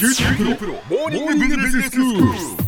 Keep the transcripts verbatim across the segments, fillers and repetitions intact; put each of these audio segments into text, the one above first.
キューティープロモーニングビジネススクール。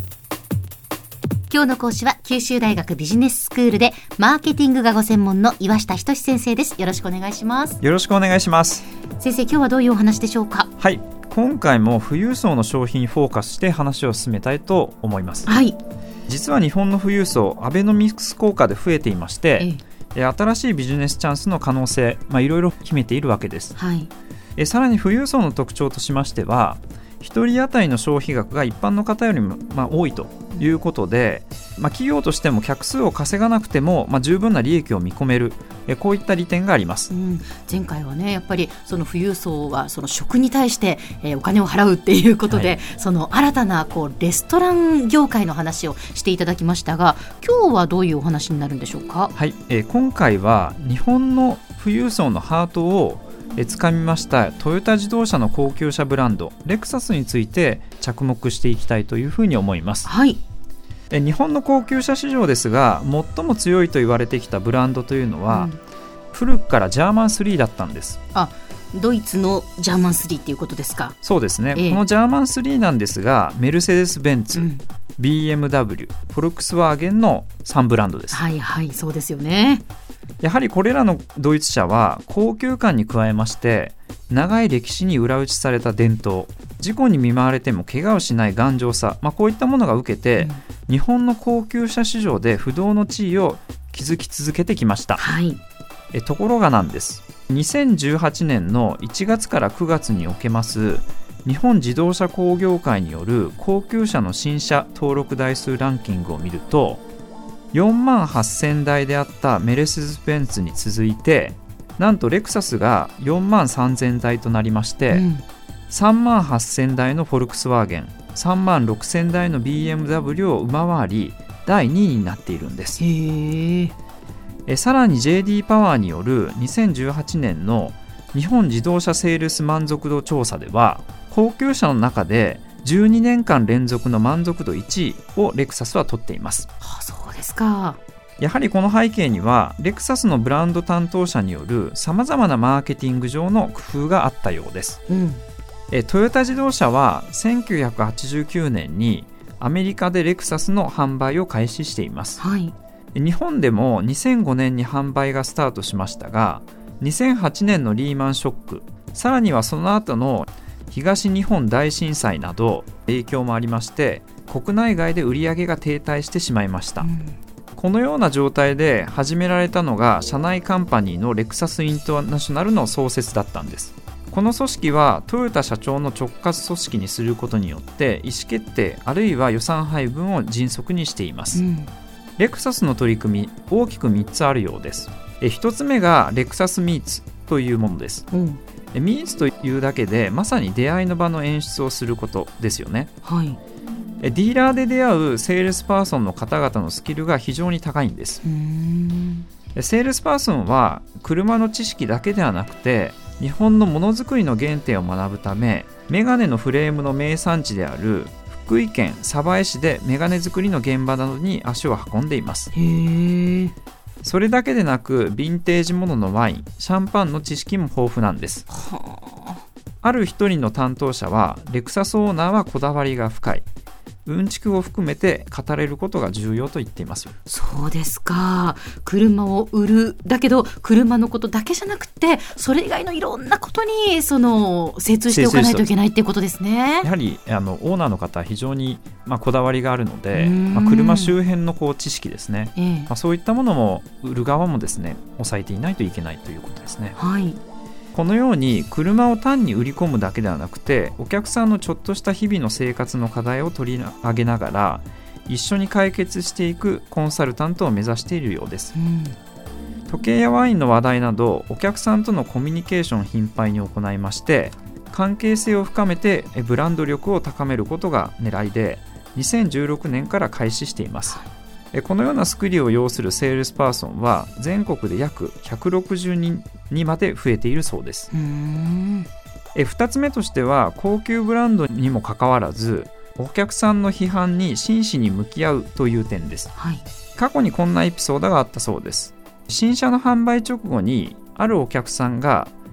今日の講師は九州大学ビジネススクールでマーケティングがご専門の岩下仁先生です。よろしくお願いします。 よろしくお願いします。 先生、今日はどういうお話でしょうか？ はい、今回も富裕層の商品にフォーカスして話を進めたいと思います。 はい、 実は日本の富裕層、アベノミクス効果で増えていまして、え新しいビジネスチャンスの可能性、まあ、いろいろ秘めているわけです。 はい、 えさらに富裕層の特徴としましては、ひとり当たりの消費額が一般の方よりもまあ多いということで、まあ、企業としても客数を稼がなくても、まあ、十分な利益を見込める、えこういった利点があります。 うん、前回はね、やっぱりその富裕層はその食に対して、えー、お金を払うっていうことで、はい、その新たなこうレストラン業界の話をしていただきましたが、今日はどういうお話になるんでしょうか？ はい、えー、今回は日本の富裕層のハートをえ掴みましたトヨタ自動車の高級車ブランドレクサスについて着目していきたいというふうに思います。 はい、 え日本の高級車市場ですが、最も強いと言われてきたブランドというのは、うん、古くからジャーマンスリーだったんです。 あ、ドイツのジャーマンスリーっていうことですか？ そうですね、 ええ、 このジャーマンスリーなんですが、メルセデス・ベンツ、うん、ビーエムダブリュー、フォルクスワーゲンのさんブランドです。 はいはい、そうですよね。 やはりこれらのドイツ車は高級感に加えまして、長い歴史に裏打ちされた伝統、事故に見舞われても怪我をしない頑丈さ、まあ、こういったものが受けて、うん、日本の高級車市場で不動の地位を築き続けてきました。 はい、 えところがなんです。にせんじゅうはちねんのいちがつからくがつにおけます日本自動車工業会による高級車の新車登録台数ランキングを見ると、よんまんはっせんだいであったメルセデス・ベンツに続いて、なんとレクサスがよんまんさんぜんだいとなりまして、うん、さんまんはっせんだいのフォルクスワーゲン、さんまんろくせんだいの ビーエムダブリュー を上回りだいにいになっているんです。 へー。 えさらに ジェーディー パワーによるにせんじゅうはちねんの日本自動車セールス満足度調査では、高級車の中でじゅうにねんかん連続の満足度いちいをレクサスは取っています。 はあ、そうですか。 やはりこの背景にはレクサスのブランド担当者によるさまざまなマーケティング上の工夫があったようです。 うん、 えトヨタ自動車はせんきゅうひゃくはちじゅうきゅうねんにアメリカでレクサスの販売を開始しています。 はい、 日本でもにせんごねんに販売がスタートしましたが、にせんはちねんのリーマンショック、さらにはその後の東日本大震災など影響もありまして、国内外で売り上げが停滞してしまいました。うん、このような状態で始められたのが社内カンパニーのレクサスインターナショナルの創設だったんです。この組織はトヨタ社長の直轄組織にすることによって意思決定あるいは予算配分を迅速にしています。うん、レクサスの取り組み、大きくみっつあるようです。えひとつめがレクサスミーツというものです。うん、ミーツというだけでまさに出会いの場の演出をすることですよね。 はい、 ディーラーで出会うセールスパーソンの方々のスキルが非常に高いんです。 うーんセールスパーソンは車の知識だけではなくて、日本のものづくりの原点を学ぶため、メガネのフレームの名産地である福井県鯖江市でメガネ作りの現場などに足を運んでいます。 へー。 それだけでなく、ヴィンテージもののワイン、シャンパンの知識も豊富なんです。 はあ、 ある一人の担当者は、レクサスオーナーはこだわりが深い、うんちくを含めて語れることが重要と言っていますよ。 そうですか。車を売るだけど車のことだけじゃなくて、それ以外のいろんなことにその精通しておかないといけないっていうことですね。 やはりあのオーナーの方は非常に、まあ、こだわりがあるので、まあ、車周辺のこう知識ですね、ええまあ、そういったものも売る側もですね抑えていないといけないということですね。 はい、 このように車を単に売り込むだけではなくて、お客さんのちょっとした日々の生活の課題を取り上げながら一緒に解決していくコンサルタントを目指しているようです。うん、時計やワインの話題などお客さんとのコミュニケーションを頻繁に行いまして、関係性を深めてブランド力を高めることが狙いで、にせんじゅうろくねんから開始しています。このようなスキルを要するセールスパーソンは全国で約ひゃくろくじゅうにんにまで増えているそうです。 うーんえふたつめとしては、高級ブランドにもかかわらずお客さんの批判に真摯に向き合うという点です。 はい、 過去にこんなエピソードがあったそうです。新車の販売直後にあるお客さんが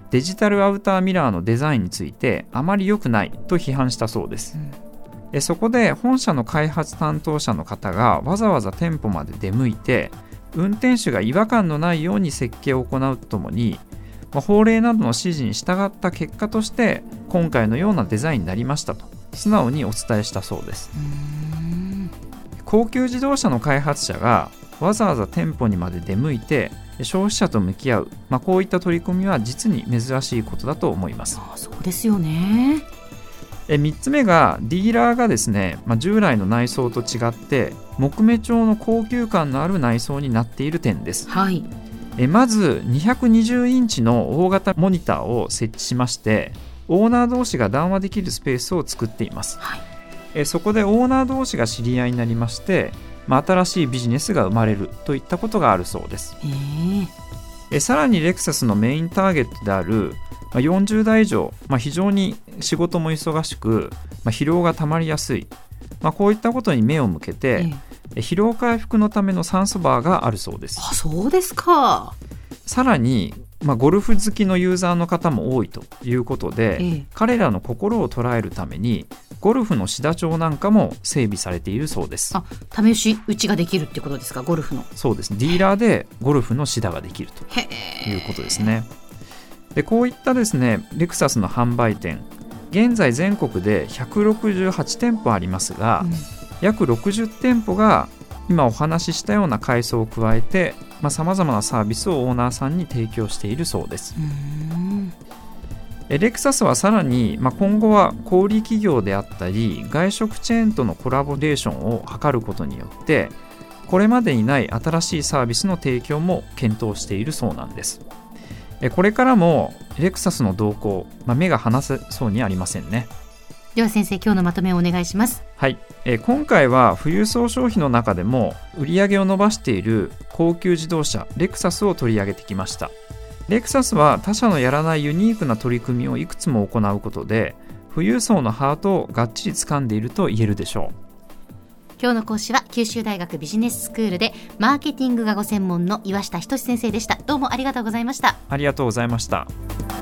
デジタルアウターミラーのデザインについてあまり良くないと批判したそうです、うん、えそこで本社の開発担当者の方がわざわざ店舗まで出向いて、運転手が違和感のないように設計を行うとともに、まあ、法令などの指示に従った結果として今回のようなデザインになりましたと素直にお伝えしたそうです。うーん、高級自動車の開発者がわざわざ店舗にまで出向いて消費者と向き合う、まあ、こういった取り組みは実に珍しいことだと思います。 ああ、そうですよね。 えみっつめがディーラーがですね、まあ、従来の内装と違って木目調の高級感のある内装になっている点です、 はい、 えまずにひゃくにじゅうインチの大型モニターを設置しまして、オーナー同士が談話できるスペースを作っています、はい、えそこでオーナー同士が知り合いになりまして、まあ、新しいビジネスが生まれるといったことがあるそうです。へー。えさらにレクサスのメインターゲットであるよんじゅうだい以上、まあ、非常に仕事も忙しく、まあ、疲労がたまりやすい、まあ、こういったことに目を向けて、ええ、疲労回復のための酸素バーがあるそうです。 あ、そうですか。 さらに、まあ、ゴルフ好きのユーザーの方も多いということで、ええ、彼らの心を捉えるためにゴルフのシダ帳なんかも整備されているそうです。 あ、試し打ちができるってことですか、ゴルフの。 そうです。ディーラーでゴルフのシダができるということですね。でこういったですねレクサスの販売店、現在全国でひゃくろくじゅうはち店舗ありますが、うん、約ろくじゅう店舗が今お話ししたような改装を加えてさまざ、まなサービスをオーナーさんに提供しているそうです。うーん、レクサスはさらに、まあ、今後は小売企業であったり外食チェーンとのコラボレーションを図ることによってこれまでにない新しいサービスの提供も検討しているそうなんです。これからもレクサスの動向、まあ、目が離せそうにありませんね。 では先生、今日のまとめをお願いします。 はい、え今回は富裕層消費の中でも売り上げを伸ばしている高級自動車レクサスを取り上げてきました。レクサスは他社のやらないユニークな取り組みをいくつも行うことで富裕層のハートをがっちり掴んでいると言えるでしょう。 今日の講師は九州大学ビジネススクールでマーケティングがご専門の岩下仁先生でした。どうもありがとうございました。 ありがとうございました。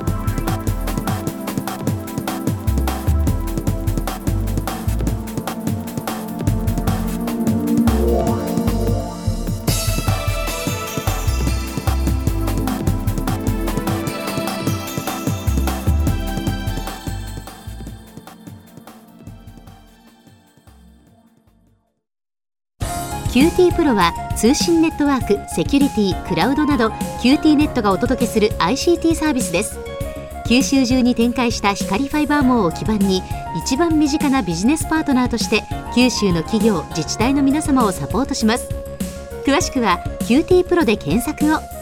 キューティー プロは通信ネットワーク、セキュリティ、クラウドなど キューティー ネットがお届けする アイシーティー サービスです。九州中に展開した光ファイバー網を基盤に一番身近なビジネスパートナーとして九州の企業、自治体の皆様をサポートします。詳しくは キューティー プロで検索を。